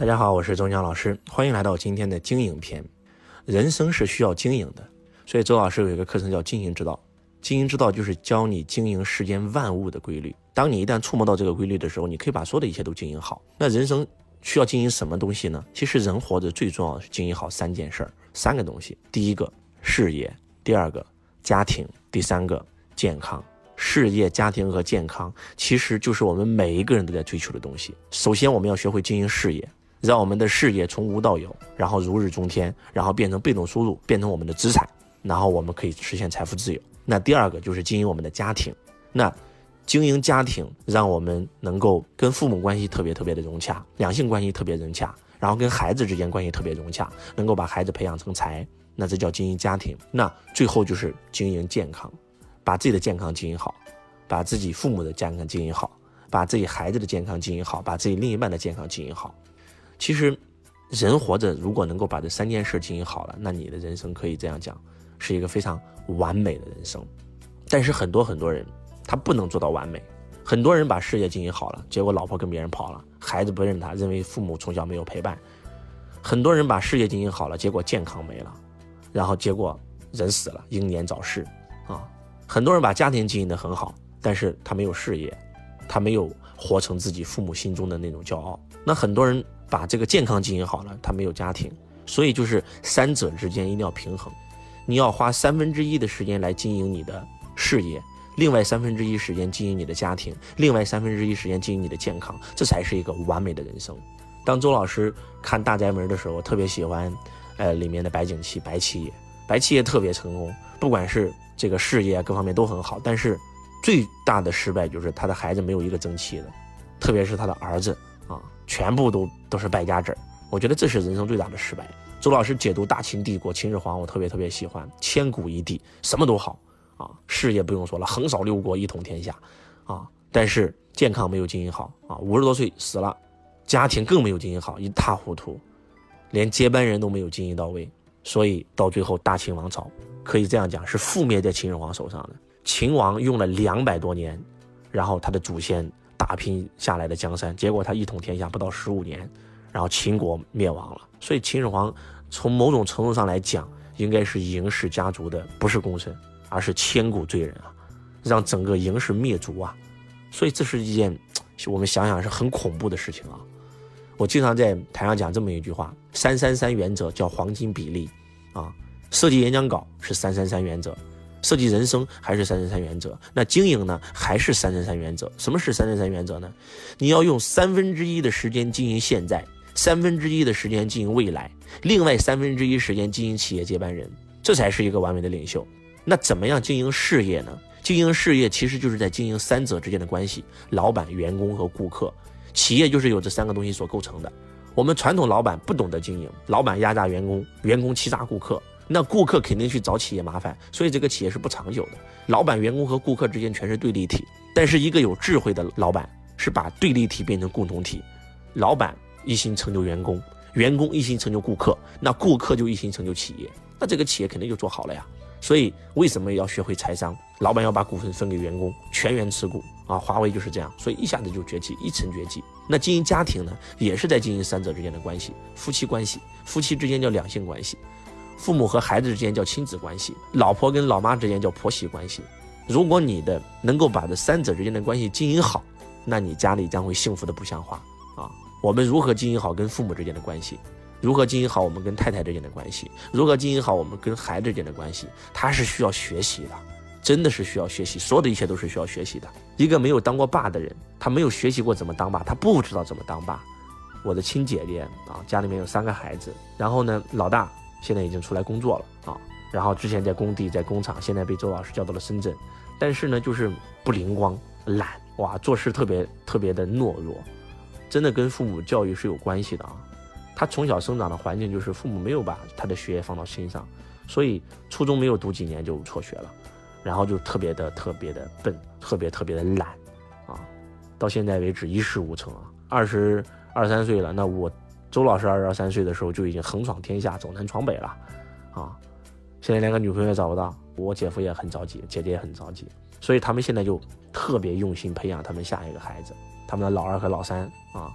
大家好，我是周江老师，欢迎来到今天的经营篇。人生是需要经营的，所以周老师有一个课程叫经营之道。经营之道就是教你经营世间万物的规律。当你一旦触摸到这个规律的时候，你可以把所有的一切都经营好。那人生需要经营什么东西呢？其实人活着最重要的是经营好三件事儿，三个东西。第一个事业，第二个家庭，第三个健康。事业、家庭和健康其实就是我们每一个人都在追求的东西。首先我们要学会经营事业，让我们的事业从无到有，然后如日中天，然后变成被动收入，变成我们的资产，然后我们可以实现财富自由。那第二个就是经营我们的家庭，那经营家庭让我们能够跟父母关系特别的融洽，两性关系特别融洽，然后跟孩子之间关系特别融洽，能够把孩子培养成才，那这叫经营家庭。那最后就是经营健康，把自己的健康经营好，把自己父母的健康经营好，把自己孩子的健康经营好，把自己另一半的健康经营好。其实人活着如果能够把这三件事经营好了，那你的人生可以这样讲是一个非常完美的人生。但是很多人他不能做到完美，很多人把事业经营好了，结果老婆跟别人跑了，孩子不认他，认为父母从小没有陪伴。很多人把事业经营好了，结果健康没了，然后结果人死了，英年早逝啊。很多人把家庭经营得很好，但是他没有事业，他没有活成自己父母心中的那种骄傲。那很多人把这个健康经营好了，他没有家庭。所以就是三者之间一定要平衡，你要花1/3的时间来经营你的事业，另外1/3时间经营你的家庭，另外1/3时间经营你的健康，这才是一个完美的人生。当周老师看大宅门的时候，特别喜欢里面的白景琦白七爷。白七爷特别成功，不管是这个事业各方面都很好，但是最大的失败就是他的孩子没有一个争气的，特别是他的儿子啊，全部都是败家子儿。我觉得这是人生最大的失败。周老师解读大秦帝国秦始皇，我特别喜欢，千古一帝，什么都好啊，事业不用说了，横扫6国，一统天下啊，但是健康没有经营好啊，50多岁死了，家庭更没有经营好，一塌糊涂，连接班人都没有经营到位。所以到最后大秦王朝可以这样讲是覆灭在秦始皇手上的。秦王用了200多年，然后他的祖先打拼下来的江山，结果他一统天下不到15年，然后秦国灭亡了。所以秦始皇从某种程度上来讲，应该是嬴氏家族的不是功臣，而是千古罪人啊，让整个嬴氏灭族啊。所以这是一件我们想想是很恐怖的事情啊。我经常在台上讲这么一句话，333原则叫黄金比例啊。设计演讲稿是333原则，设计人生还是333原则，那经营呢还是333原则。什么是333原则呢？你要用1/3的时间经营现在，1/3的时间经营未来，另外1/3时间经营企业接班人，这才是一个完美的领袖。那怎么样经营事业呢？经营事业其实就是在经营三者之间的关系，老板、员工和顾客。企业就是由这3个东西所构成的。我们传统老板不懂得经营，老板压榨员工，员工欺诈顾客，那顾客肯定去找企业麻烦，所以这个企业是不长久的。老板、员工和顾客之间全是对立体，但是一个有智慧的老板是把对立体变成共同体。老板一心成就员工，员工一心成就顾客，那顾客就一心成就企业，那这个企业肯定就做好了呀。所以为什么要学会财商？老板要把股份分给员工，全员持股啊，华为就是这样，所以一下子就崛起，一沉绝迹。那经营家庭呢，也是在经营三者之间的关系，夫妻关系，夫妻之间叫两性关系，父母和孩子之间叫亲子关系，老婆跟老妈之间叫婆媳关系。如果你的能够把这三者之间的关系经营好，那你家里将会幸福的不像话啊。我们如何经营好跟父母之间的关系，如何经营好我们跟太太之间的关系，如何经营好我们跟孩子之间的关系，它是需要学习的，真的是需要学习，所有的一切都是需要学习的。一个没有当过爸的人，他没有学习过怎么当爸，他不知道怎么当爸。我的亲姐姐啊，家里面有3个孩子，然后呢，老大现在已经出来工作了啊，然后之前在工地在工厂，现在被周老师叫到了深圳，但是呢就是不灵光，懒，哇，做事特别的懦弱，真的跟父母教育是有关系的啊。他从小生长的环境就是父母没有把他的学业放到心上，所以初中没有读几年就辍学了，然后就特别的笨，特别的懒啊，到现在为止一事无成啊。22、23岁了，那我周老师22、23岁的时候就已经横闯天下，走南闯北了啊，现在连个女朋友也找不到，我姐夫也很着急，姐姐也很着急，所以他们现在就特别用心培养他们下一个孩子，他们的老2和老3啊，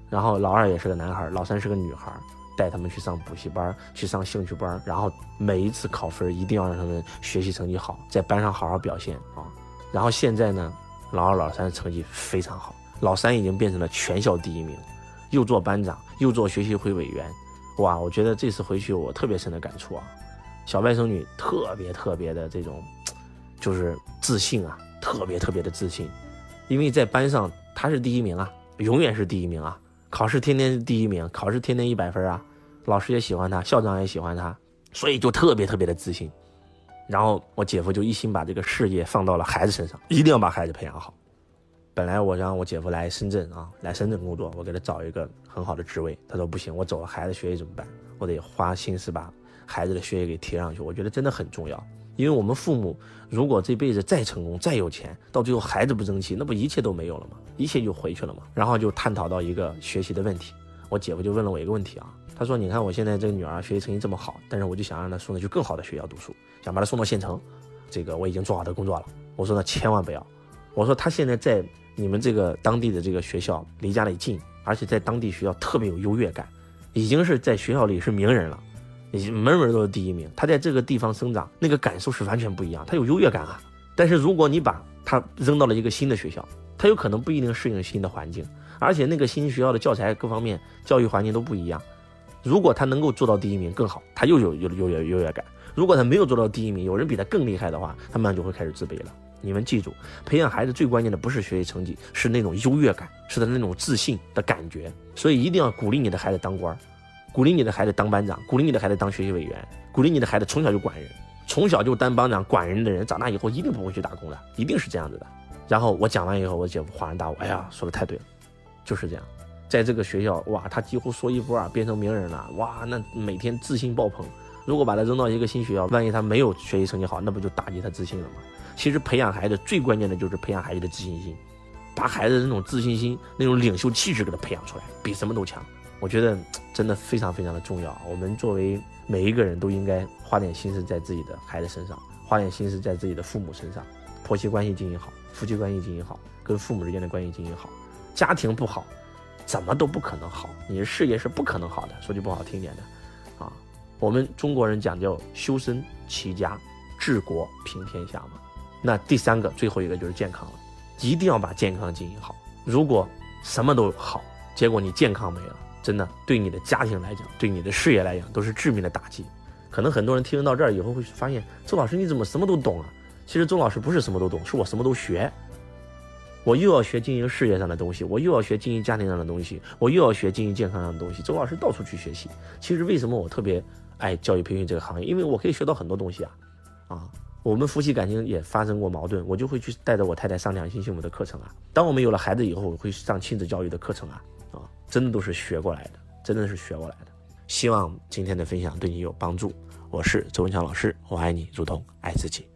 然后老二也是个男孩，老三是个女孩，带他们去上补习班，去上兴趣班，然后每一次考分一定要让他们学习成绩好，在班上好好表现啊。然后现在呢，老二老三成绩非常好，老三已经变成了全校第1名，又做班长，又做学习会委员。哇，我觉得这次回去我特别深的感触啊，小外甥女特别的这种就是自信啊，特别的自信，因为在班上她是第1名啊，永远是第1名啊，考试天天是第1名，考试天天100分啊，老师也喜欢她，校长也喜欢她，所以就特别的自信。然后我姐夫就一心把这个事业放到了孩子身上，一定要把孩子培养好。本来我让我姐夫来深圳工作，我给他找一个很好的职位，他说不行，我走了孩子学习怎么办？我得花心思把孩子的学业给提上去。我觉得真的很重要，因为我们父母如果这辈子再成功再有钱，到最后孩子不争气，那不一切都没有了吗？一切就回去了吗？然后就探讨到一个学习的问题，我姐夫就问了我一个问题啊，他说你看我现在这个女儿学习成绩这么好，但是我就想让她送她去更好的学校读书，想把她送到县城，这个我已经做好的工作了。我说那千万不要，我说她现在在你们这个当地的这个学校离家里近，而且在当地学校特别有优越感，已经是在学校里是名人了，已经门门都是第1名，他在这个地方生长，那个感受是完全不一样，他有优越感啊。但是如果你把他扔到了一个新的学校，他有可能不一定适应新的环境，而且那个新学校的教材各方面教育环境都不一样。如果他能够做到第1名更好，他又有优越感；如果他没有做到第1名，有人比他更厉害的话，他们就会开始自卑了。你们记住，培养孩子最关键的不是学习成绩，是那种优越感，是他那种自信的感觉。所以一定要鼓励你的孩子当官，鼓励你的孩子当班长，鼓励你的孩子当学习委员，鼓励你的孩子从小就管人，从小就当班长管人的人，长大以后一定不会去打工的，一定是这样子的。然后我讲完以后，我姐夫恍然大悟，哎呀，说的太对了，就是这样。在这个学校，哇，他几乎说一不二，变成名人了，哇，那每天自信爆棚。如果把他扔到一个新学校，万一他没有学习成绩好，那不就打击他自信了吗？其实培养孩子最关键的就是培养孩子的自信心，把孩子的那种自信心、那种领袖气质给他培养出来，比什么都强。我觉得真的非常的重要。我们作为每一个人都应该花点心思在自己的孩子身上，花点心思在自己的父母身上，婆媳关系经营好，夫妻关系经营好，跟父母之间的关系经营好。家庭不好，怎么都不可能好，你的事业是不可能好的。说句不好听点的啊，我们中国人讲究修身齐家治国平天下嘛。那第3个最后一个就是健康了，一定要把健康经营好。如果什么都好，结果你健康没了，真的对你的家庭来讲，对你的事业来讲都是致命的打击。可能很多人听到这儿以后会发现，周老师你怎么什么都懂啊？其实周老师不是什么都懂，是我什么都学。我又要学经营事业上的东西，我又要学经营家庭上的东西，我又要学经营健康上的东西。周老师到处去学习。其实为什么我特别爱教育培训这个行业？因为我可以学到很多东西啊。我们夫妻感情也发生过矛盾，我就会去带着我太太上两性幸福的课程啊。当我们有了孩子以后，我会上亲子教育的课程啊，真的都是学过来的，真的是学过来的。希望今天的分享对你有帮助。我是周文强老师，我爱你如同爱自己。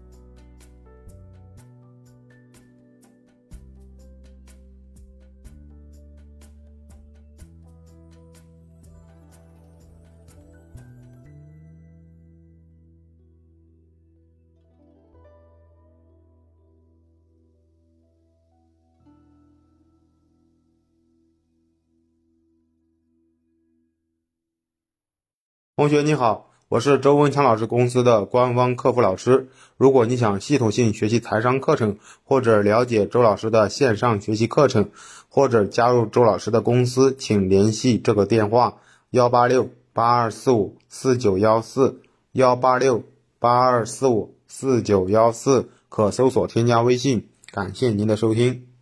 同学你好，我是周文强老师公司的官方客服老师。如果你想系统性学习财商课程，或者了解周老师的线上学习课程，或者加入周老师的公司，请联系这个电话186-8245-4914，186-8245-4914，可搜索添加微信。感谢您的收听。